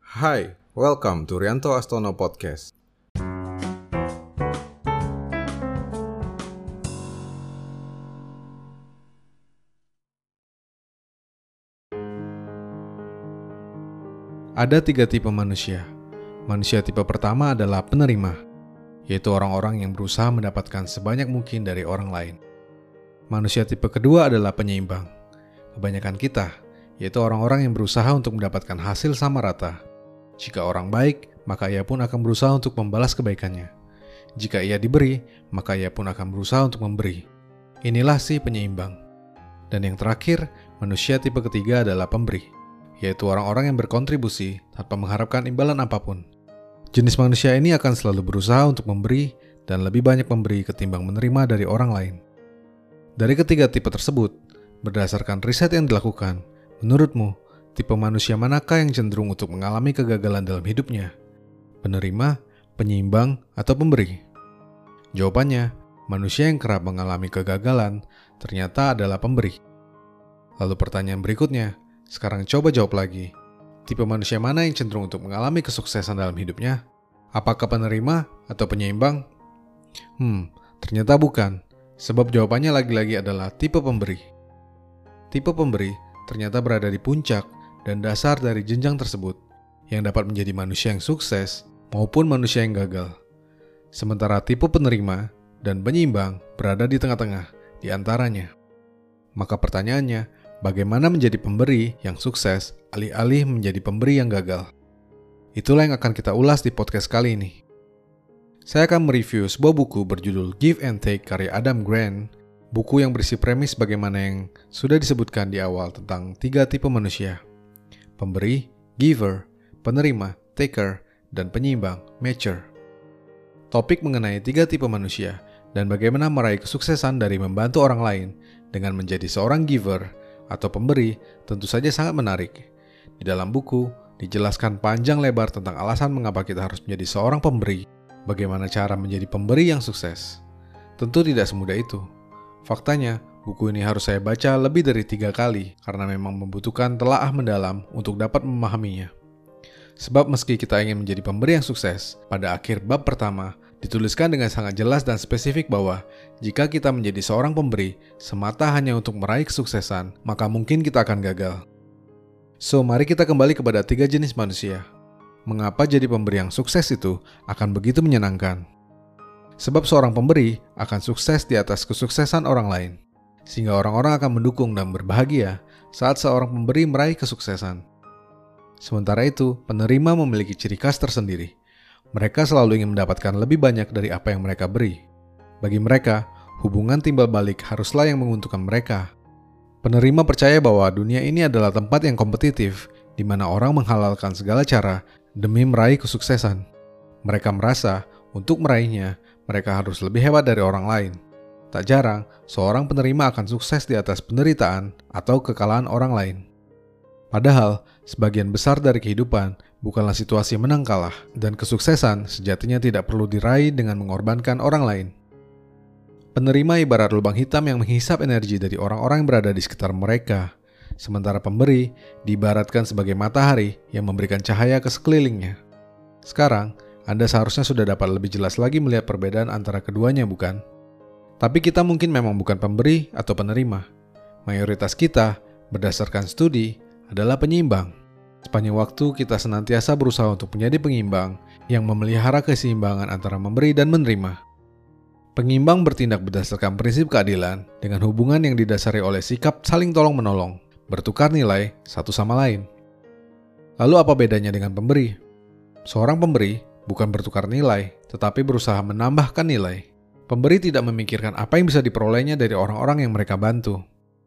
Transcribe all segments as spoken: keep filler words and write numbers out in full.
Hai, welcome to Rianto Astono Podcast. Ada tiga tipe manusia. Manusia tipe pertama adalah penerima, yaitu orang-orang yang berusaha mendapatkan sebanyak mungkin dari orang lain. Manusia tipe kedua adalah penyeimbang. Kebanyakan kita, yaitu orang-orang yang berusaha untuk mendapatkan hasil sama rata. Jika orang baik, maka ia pun akan berusaha untuk membalas kebaikannya. Jika ia diberi, maka ia pun akan berusaha untuk memberi. Inilah si penyeimbang. Dan yang terakhir, manusia tipe ketiga adalah pemberi, yaitu orang-orang yang berkontribusi tanpa mengharapkan imbalan apapun. Jenis manusia ini akan selalu berusaha untuk memberi dan lebih banyak memberi ketimbang menerima dari orang lain. Dari ketiga tipe tersebut, berdasarkan riset yang dilakukan, menurutmu, tipe manusia manakah yang cenderung untuk mengalami kegagalan dalam hidupnya? Penerima, penyeimbang, atau pemberi? Jawabannya, manusia yang kerap mengalami kegagalan ternyata adalah pemberi. Lalu pertanyaan berikutnya, sekarang coba jawab lagi. Tipe manusia mana yang cenderung untuk mengalami kesuksesan dalam hidupnya? Apakah penerima atau penyeimbang? Hmm, ternyata bukan. Sebab jawabannya lagi-lagi adalah tipe pemberi. Tipe pemberi ternyata berada di puncak dan dasar dari jenjang tersebut, yang dapat menjadi manusia yang sukses maupun manusia yang gagal. Sementara tipe penerima dan penyeimbang berada di tengah-tengah di antaranya. Maka pertanyaannya, bagaimana menjadi pemberi yang sukses alih-alih menjadi pemberi yang gagal? Itulah yang akan kita ulas di podcast kali ini. Saya akan mereview sebuah buku berjudul Give and Take karya Adam Grant, buku yang berisi premis bagaimana yang sudah disebutkan di awal tentang tiga tipe manusia: pemberi, giver, penerima, taker, dan penyeimbang, matcher. Topik mengenai tiga tipe manusia dan bagaimana meraih kesuksesan dari membantu orang lain dengan menjadi seorang giver atau pemberi tentu saja sangat menarik. Di dalam buku dijelaskan panjang lebar tentang alasan mengapa kita harus menjadi seorang pemberi, bagaimana cara menjadi pemberi yang sukses. Tentu tidak semudah itu. Faktanya, buku ini harus saya baca lebih dari tiga kali karena memang membutuhkan telaah mendalam untuk dapat memahaminya. Sebab meski kita ingin menjadi pemberi yang sukses, pada akhir bab pertama dituliskan dengan sangat jelas dan spesifik bahwa jika kita menjadi seorang pemberi semata hanya untuk meraih kesuksesan, maka mungkin kita akan gagal. So, mari kita kembali kepada tiga jenis manusia. Mengapa jadi pemberi yang sukses itu akan begitu menyenangkan? Sebab seorang pemberi akan sukses di atas kesuksesan orang lain, sehingga orang-orang akan mendukung dan berbahagia saat seorang pemberi meraih kesuksesan. Sementara itu, penerima memiliki ciri khas tersendiri. Mereka selalu ingin mendapatkan lebih banyak dari apa yang mereka beri. Bagi mereka, hubungan timbal balik haruslah yang menguntungkan mereka. Penerima percaya bahwa dunia ini adalah tempat yang kompetitif, di mana orang menghalalkan segala cara demi meraih kesuksesan. Mereka merasa, untuk meraihnya, mereka harus lebih hebat dari orang lain. Tak jarang, seorang penerima akan sukses di atas penderitaan atau kekalahan orang lain. Padahal, sebagian besar dari kehidupan bukanlah situasi menang kalah, dan kesuksesan sejatinya tidak perlu diraih dengan mengorbankan orang lain. Penerima ibarat lubang hitam yang menghisap energi dari orang-orang yang berada di sekitar mereka, sementara pemberi diibaratkan sebagai matahari yang memberikan cahaya ke sekelilingnya. Sekarang, Anda seharusnya sudah dapat lebih jelas lagi melihat perbedaan antara keduanya, bukan? Tapi kita mungkin memang bukan pemberi atau penerima. Mayoritas kita, berdasarkan studi, adalah penyeimbang. Sepanjang waktu kita senantiasa berusaha untuk menjadi pengimbang yang memelihara keseimbangan antara memberi dan menerima. Pengimbang bertindak berdasarkan prinsip keadilan dengan hubungan yang didasari oleh sikap saling tolong-menolong, bertukar nilai satu sama lain. Lalu apa bedanya dengan pemberi? Seorang pemberi bukan bertukar nilai, tetapi berusaha menambahkan nilai. Pemberi tidak memikirkan apa yang bisa diperolehnya dari orang-orang yang mereka bantu.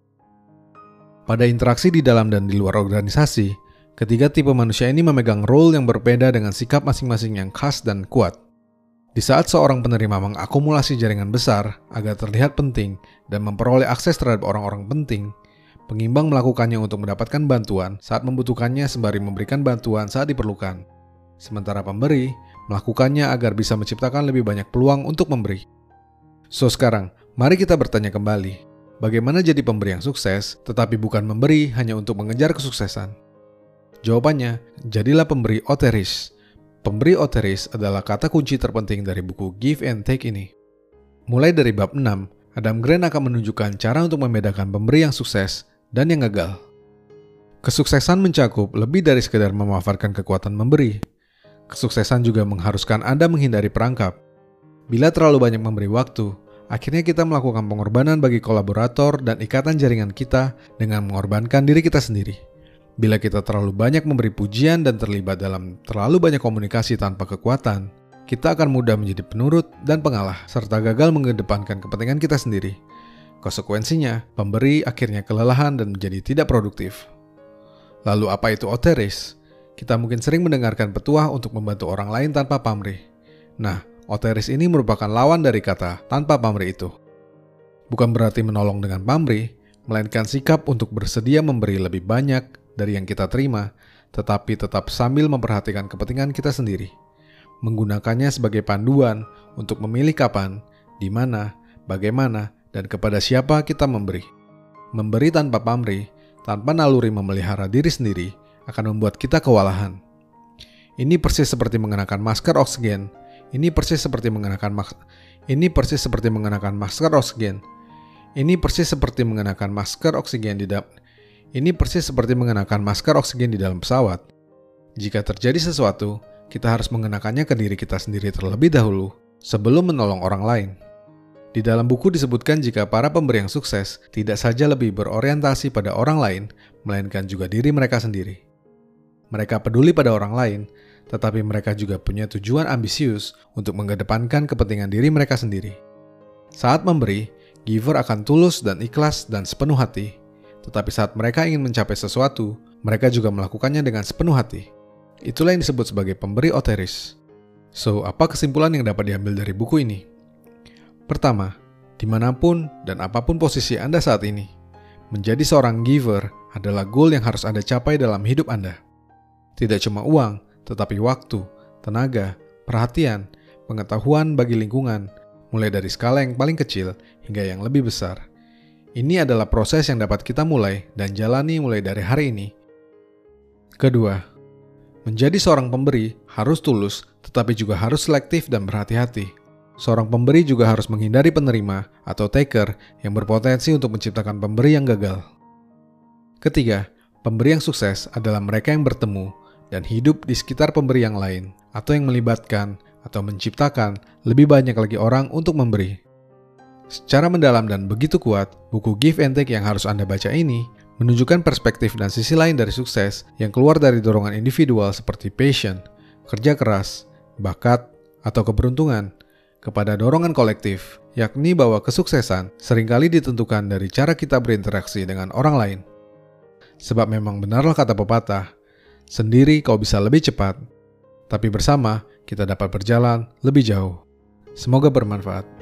Pada interaksi di dalam dan di luar organisasi, ketiga tipe manusia ini memegang role yang berbeda dengan sikap masing-masing yang khas dan kuat. Di saat seorang penerima mengakumulasi jaringan besar agar terlihat penting dan memperoleh akses terhadap orang-orang penting, pengimbang melakukannya untuk mendapatkan bantuan saat membutuhkannya sembari memberikan bantuan saat diperlukan. Sementara pemberi melakukannya agar bisa menciptakan lebih banyak peluang untuk memberi. So sekarang, mari kita bertanya kembali. Bagaimana jadi pemberi yang sukses, tetapi bukan memberi hanya untuk mengejar kesuksesan? Jawabannya, jadilah pemberi oteris. Pemberi oteris adalah kata kunci terpenting dari buku Give and Take ini. Mulai dari bab enam, Adam Grant akan menunjukkan cara untuk membedakan pemberi yang sukses dan yang gagal. Kesuksesan mencakup lebih dari sekedar memanfaatkan kekuatan memberi. Kesuksesan juga mengharuskan Anda menghindari perangkap. Bila terlalu banyak memberi waktu, akhirnya kita melakukan pengorbanan bagi kolaborator dan ikatan jaringan kita dengan mengorbankan diri kita sendiri. Bila kita terlalu banyak memberi pujian dan terlibat dalam terlalu banyak komunikasi tanpa kekuatan, kita akan mudah menjadi penurut dan pengalah, serta gagal mengedepankan kepentingan kita sendiri. Konsekuensinya, pemberi akhirnya kelelahan dan menjadi tidak produktif. Lalu apa itu oteris? Kita mungkin sering mendengarkan petuah untuk membantu orang lain tanpa pamrih. Nah, oteris ini merupakan lawan dari kata tanpa pamrih itu. Bukan berarti menolong dengan pamrih, melainkan sikap untuk bersedia memberi lebih banyak dari yang kita terima, tetapi tetap sambil memperhatikan kepentingan kita sendiri. Menggunakannya sebagai panduan untuk memilih kapan, di mana, bagaimana, dan kepada siapa kita memberi. Memberi tanpa pamrih, tanpa naluri memelihara diri sendiri, akan membuat kita kewalahan. Ini persis seperti mengenakan masker oksigen. Ini persis seperti mengenakan mas- Ini persis seperti mengenakan masker oksigen. Ini persis seperti mengenakan masker oksigen di dalam Ini persis seperti mengenakan masker oksigen di dalam pesawat. Jika terjadi sesuatu, kita harus mengenakannya ke diri kita sendiri terlebih dahulu sebelum menolong orang lain. Di dalam buku disebutkan jika para pemberi yang sukses tidak saja lebih berorientasi pada orang lain, melainkan juga diri mereka sendiri. Mereka peduli pada orang lain, tetapi mereka juga punya tujuan ambisius untuk mengedepankan kepentingan diri mereka sendiri. Saat memberi, giver akan tulus dan ikhlas dan sepenuh hati. Tetapi saat mereka ingin mencapai sesuatu, mereka juga melakukannya dengan sepenuh hati. Itulah yang disebut sebagai pemberi oteris. So, apa kesimpulan yang dapat diambil dari buku ini? Pertama, dimanapun dan apapun posisi Anda saat ini, menjadi seorang giver adalah goal yang harus Anda capai dalam hidup Anda. Tidak cuma uang, tetapi waktu, tenaga, perhatian, pengetahuan bagi lingkungan, mulai dari skala yang paling kecil hingga yang lebih besar. Ini adalah proses yang dapat kita mulai dan jalani mulai dari hari ini. Kedua, menjadi seorang pemberi harus tulus, tetapi juga harus selektif dan berhati-hati. Seorang pemberi juga harus menghindari penerima atau taker yang berpotensi untuk menciptakan pemberi yang gagal. Ketiga, pemberi yang sukses adalah mereka yang bertemu dan hidup di sekitar pemberi yang lain, atau yang melibatkan atau menciptakan lebih banyak lagi orang untuk memberi. Secara mendalam dan begitu kuat, buku Give and Take yang harus Anda baca ini menunjukkan perspektif dan sisi lain dari sukses yang keluar dari dorongan individual seperti passion, kerja keras, bakat, atau keberuntungan, kepada dorongan kolektif, yakni bahwa kesuksesan seringkali ditentukan dari cara kita berinteraksi dengan orang lain. Sebab memang benarlah kata pepatah, sendiri kau bisa lebih cepat, tapi bersama kita dapat berjalan lebih jauh. Semoga bermanfaat.